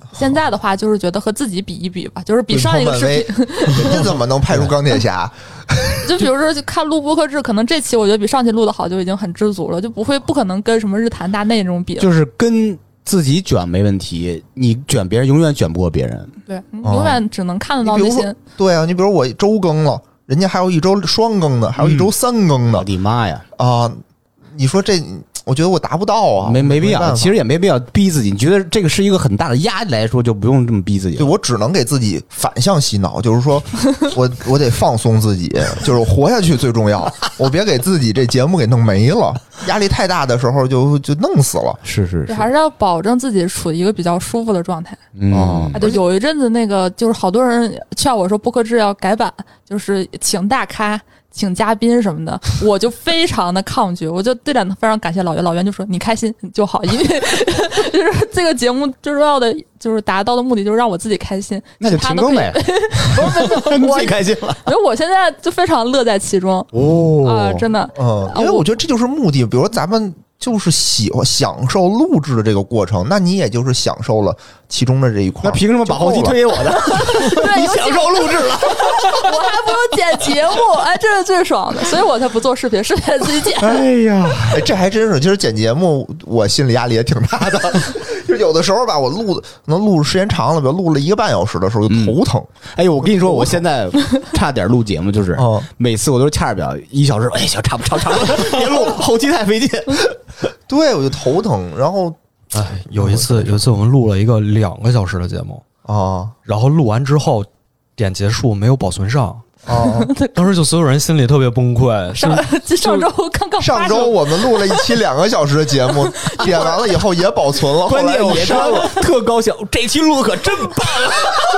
现在的话就是觉得和自己比一比吧，就是比上一个视频， 人家怎么能拍出钢铁侠？ 就比如说就看录播客制，可能这期我觉得比上期录的好，就已经很知足了，就不会不可能跟什么日坛大内那种比了。 就是跟自己卷没问题，你卷别人永远卷不过别人。 对，永远只能看得到那些。 哦、对啊，你比如我周更了，人家还有一周双更的，还有一周三更的。 我的妈呀！ 啊，你说这。我觉得我达不到啊， 没没必要，其实也没必要逼自己。你觉得这个是一个很大的压力来说，就不用这么逼自己。 对，我只能给自己反向洗脑，就是说我我得放松自己，就是活下去最重要。我别给自己这节目给弄没了，压力太大的时候就就弄死了。 是是是， 还是要保证自己处于一个比较舒服的状态。 嗯， 啊，对，有一阵子那个就是好多人劝我说播客制要改版，就是请大咖。请嘉宾什么的，我就非常的抗拒，我就对点非常感谢老袁，老袁就说你开心就好，因为就是这个节目最重要的就是达到的目的就是让我自己开心， 那就停更呗， 我自己开心了。 因为我现在就非常乐在其中哦啊、呃，真的， 嗯，因为我觉得这就是目的，比如咱们。就是喜欢享受录制的这个过程，那你也就是享受了其中的这一块。 那凭什么把后期推给我呢？你享受录制了， 我还不用剪节目，哎，这是最爽的，所以我才不做视频，视频自己剪。 哎呀，哎，这还真是，其实剪节目我心理压力也挺大的，就有的时候吧，我录能录时间长了，比如录了一个半小时的时候就头疼。嗯、 哎呦，我跟你说，我现在差点录节目，就是、哦、每次我都是掐着表，一小时，哎，行，差不差不差不多，别录，后期太费劲。 对，我就头疼。然后， 哎，有一次，有一次我们录了一个两个小时的节目啊， 然后录完之后点结束没有保存上啊， 当时就所有人心里特别崩溃。 上上周刚刚上周我们录了一期两个小时的节目，点完了以后也保存了， 关键也删了，特高兴，这期录的可真棒啊！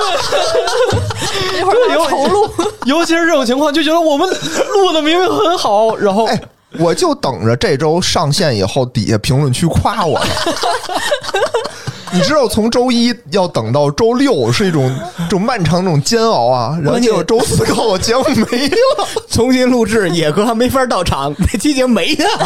一会儿又重录， 尤其是这种情况，就觉得我们录的明明很好，然后。 哎我就等着这周上线以后，底下评论区夸我呢。你知道，从周一要等到周六是一种这种漫长这种煎熬啊，然后结果周四告我节目没了， 重新录制，野哥还没法到场，这期节目没了，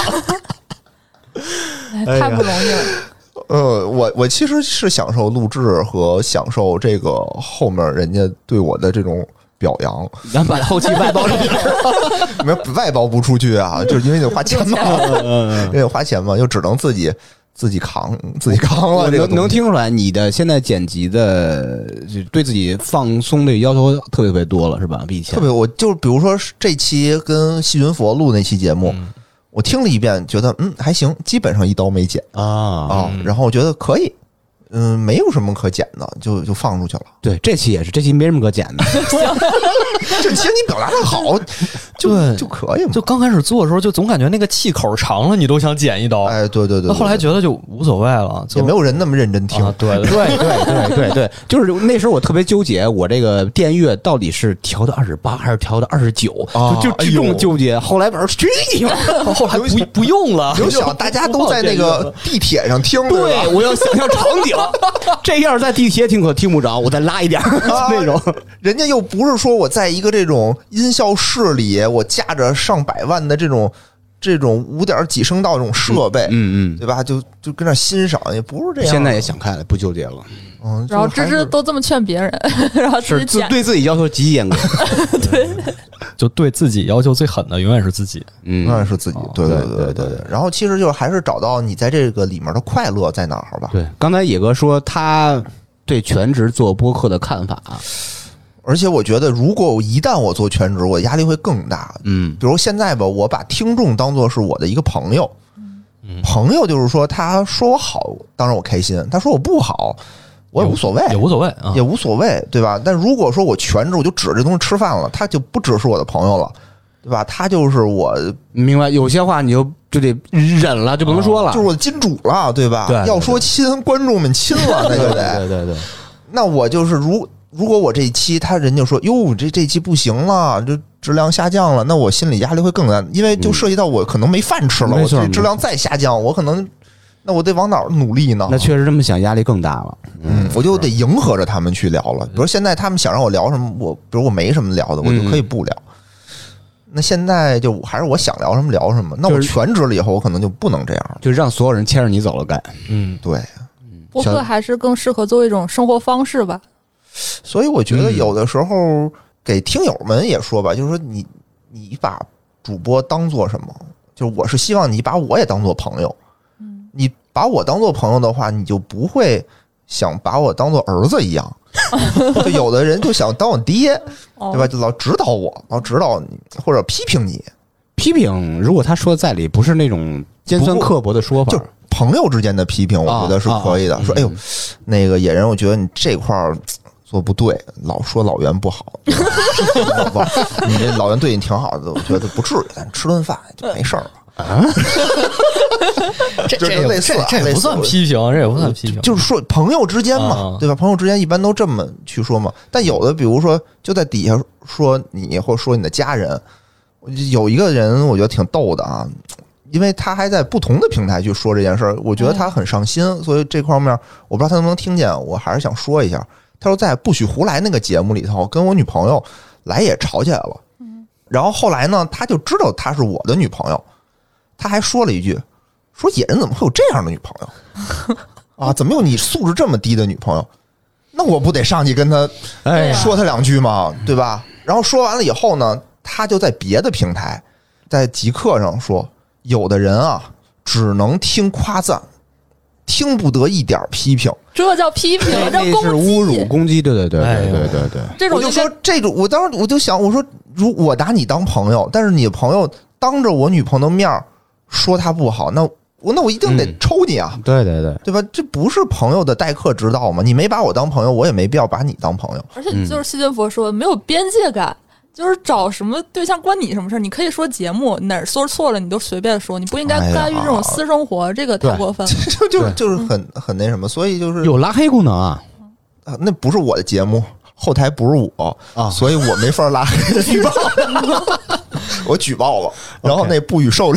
哎、太不容易了。 呃，我我其实是享受录制和享受这个后面人家对我的这种。表扬， 咱把后期外包出去， 没有外包不出去啊，就是因为得花钱嘛，因为花钱嘛，又只能自己自己扛，自己扛了。 能能听出来，你的现在剪辑的就对自己放松的要求特别特别多了，是吧？比以前特别，我就比如说这期跟细菌佛录那期节目，嗯、我听了一遍，觉得嗯还行，基本上一刀没剪啊啊，然后我觉得可以。嗯，没有什么可剪的，就就放出去了。 对，这期也是，这期没什么可剪的。 这期你表达的好，就就可以嘛。 就刚开始做的时候，就总感觉那个气口长了，你都想剪一刀。 哎，对对对。 那后来觉得就无所谓了， 也没有人那么认真听。 啊、对对对对对对，就是那时候我特别纠结，我这个电乐到底是调的二十八还是调的二十九，就就这种纠结。后来反正去你妈， 后来不不用了。 就想大家都在那个地铁上听， 对，我要想象场景。这样在地铁听可听不着，我再拉一点、啊、那种。 人家又不是说我在一个这种音效室里，我架着上百万的这种这种五点几声道这种设备， 嗯嗯， 对吧？就就跟那欣赏，也不是这样。 现在也想开了，不纠结了。 嗯， 然后芝芝都这么劝别人，然后是自对自己要求极其严格。 对， 就对自己要求最狠的永远是自己， 嗯，永远是自己。对对对对对对。然后其实就是还是找到你在这个里面的快乐在哪儿吧。 对，刚才野哥说他对全职做播客的看法， 而且我觉得如果我一旦我做全职，我压力会更大。 嗯， 比如现在吧，我把听众当作是我的一个朋友， 嗯， 朋友就是说他说我好，当然我开心；他说我不好。我也无所谓， 也无所谓啊， 也无所谓，对吧？但如果说我全职，我就指着这东西吃饭了，他就不只是我的朋友了，对吧？他就是我， 明白？有些话你就就得忍了，就不能说了， 就是我的金主了，对吧？ 对对对， 要说亲，观众们亲了，那就得， 对对对。 那我就是如如果我这一期他人就说哟，这这期不行了，这质量下降了，那我心理压力会更大，因为就涉及到我可能没饭吃了， 嗯、 我这质量再下降，我可能。那我得往哪儿努力呢？ 那确实这么想，压力更大了。 嗯，我就得迎合着他们去聊了。比如现在他们想让我聊什么，我比如我没什么聊的，我就可以不聊。嗯、那现在就还是我想聊什么聊什么。那我全职了以后，我可能就不能这样了， 就让所有人牵着你走了干。 嗯，对。 播客还是更适合作为一种生活方式吧。 所以我觉得有的时候给听友们也说吧，就是说你你把主播当做什么？就是我是希望你把我也当做朋友。嗯，你把我当做朋友的话，你就不会想把我当做儿子一样。就有的人就想当我爹，对吧？就老指导我，老指导你或者批评你。 批评如果他说的在理，不是那种尖酸刻薄的说法， 就朋友之间的批评，我觉得是可以的。 啊啊、 说，哎呦，那个野人，我觉得你这块儿做不对，老说老袁不好，你这老袁对你挺好的，我觉得不至于，咱吃顿饭就没事儿了。啊， 这这类似，这也不算批评，这也不算批评， 就是说朋友之间嘛，对吧？朋友之间一般都这么去说嘛。但有的，比如说就在底下说你，或者说你的家人，有一个人我觉得挺逗的啊，因为他还在不同的平台去说这件事儿，我觉得他很上心，所以这方面我不知道他能不能听见，我还是想说一下。他说在不许胡来那个节目里头，跟我女朋友来也吵起来了，然后后来呢，他就知道她是我的女朋友。他还说了一句，说野人怎么会有这样的女朋友啊？怎么有你素质这么低的女朋友？那我不得上去跟他说他两句吗？对吧？然后说完了以后呢，他就在别的平台，在极客上说，有的人啊，只能听夸赞，听不得一点批评。 这叫批评，这是侮辱攻击。对对对对对对对， 这种我就说这种，我当时我就想，我说，如我拿你当朋友，但是你的朋友当着我女朋友的面说他不好，那我那我一定得抽你啊！ 嗯、对对对， 对吧？这不是朋友的待客之道吗？你没把我当朋友，我也没必要把你当朋友。 而且就是西顿佛说的，没有边界感，就是找什么对象关你什么事？你可以说节目哪儿说错了，你都随便说，你不应该干预这种私生活，哎、这个太过分了。 就就就是很很那什么，所以就是有拉黑功能啊！ 啊，那不是我的节目，后台不是我啊，所以我没法拉黑举报。我举报了，然后那不予受理。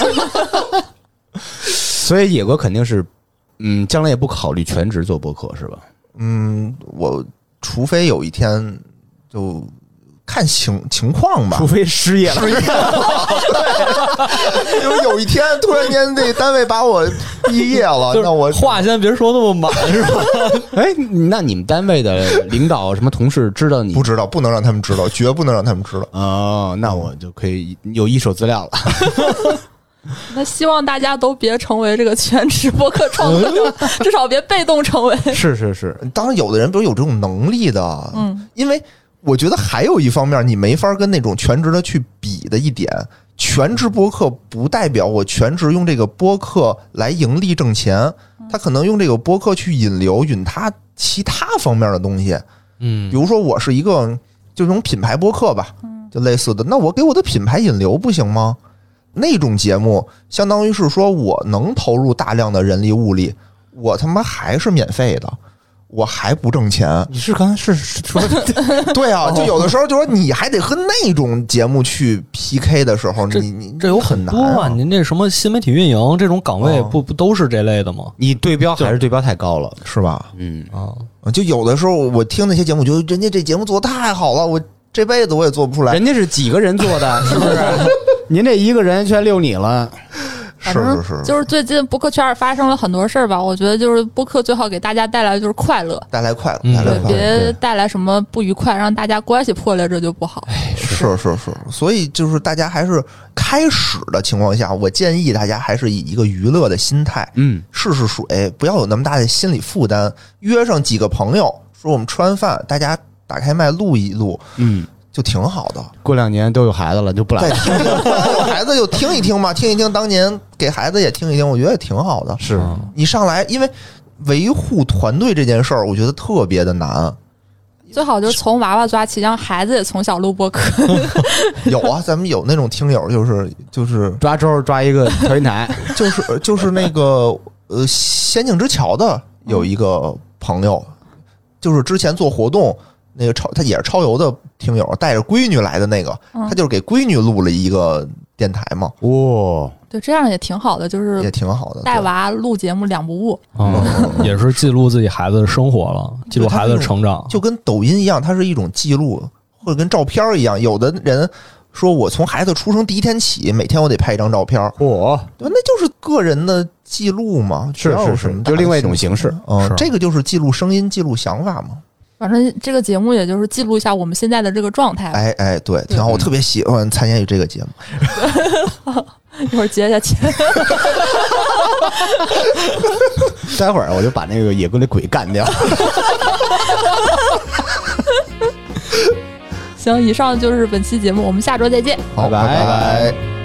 所以野哥肯定是，嗯，将来也不考虑全职做播客是吧？ 嗯，我除非有一天就看情情况吧， 除非失业了， 失业了，对，就是有一天突然间这单位把我毕业了，那我话先别说那么满是吧？ 哎，那你们单位的领导什么同事知道你？ 不知道，不能让他们知道，绝不能让他们知道。 哦，那我就可以有一手资料了。 那希望大家都别成为这个全职播客创作者，至少别被动成为。 是是是， 当然有的人比如有这种能力的， 嗯， 因为我觉得还有一方面你没法跟那种全职的去比的一点，全职播客不代表我全职用这个播客来盈利挣钱，他可能用这个播客去引流引他其他方面的东西， 嗯， 比如说我是一个就这种品牌播客吧，就类似的，那我给我的品牌引流不行吗？那种节目相当于是说我能投入大量的人力物力，我他妈还是免费的，我还不挣钱。 你是刚才是说对啊，就有的时候就说你还得和那种节目去 P K 的时候，你你这有很多啊。您这什么新媒体运营这种岗位不、哦、不都是这类的吗？ 你对标还是对标太高了， 是吧？ 嗯啊，就有的时候我听那些节目，觉得人家这节目做的太好了，我这辈子我也做不出来。 人家是几个人做的，是不是？您这一个人全溜你了。 是是是， 就是最近播客圈发生了很多事儿吧，我觉得就是播客最好给大家带来就是快乐， 带来快乐， 嗯、 带来快乐， 别带来什么不愉快，让大家关系破裂，这就不好。 是是是，所以就是大家还是开始的情况下，我建议大家还是以一个娱乐的心态， 嗯， 试试水，不要有那么大的心理负担。约上几个朋友，说我们吃完饭，大家打开麦录一录， 嗯。 就挺好的。 过两年都有孩子了，就不来了。 再听听，有孩子就听一听嘛，听一听当年给孩子也听一听，我觉得也挺好的。 是你上来，因为维护团队这件事儿，我觉得特别的难。 最好就从娃娃抓起，让孩子也从小录播客。 有啊，咱们有那种听友，就是就是抓周抓一个调音台， 就是就是那个呃，仙境之桥的有一个朋友，就是之前做活动。那个超他也是超游的听友，带着闺女来的那个， 嗯、 他就是给闺女录了一个电台嘛。 哇、哦， 对，这样也挺好的，就是也挺好的， 带娃录节目两不误， 嗯，也是记录自己孩子的生活了，记录孩子的成长， 就跟抖音一样，它是一种记录，或者跟照片一样。有的人说我从孩子出生第一天起，每天我得拍一张照片。 嚯， 那就是个人的记录嘛， 是是是，就另外一种形式。 嗯，这个就是记录声音、记录想法嘛。 反正这个节目也就是记录一下我们现在的这个状态。 哎哎，对，挺好，我特别喜欢参加这个节目。 一会儿结一下钱。 待会儿我就把那个野哥那鬼干掉。 行，以上就是本期节目，我们下周再见。 好，拜拜。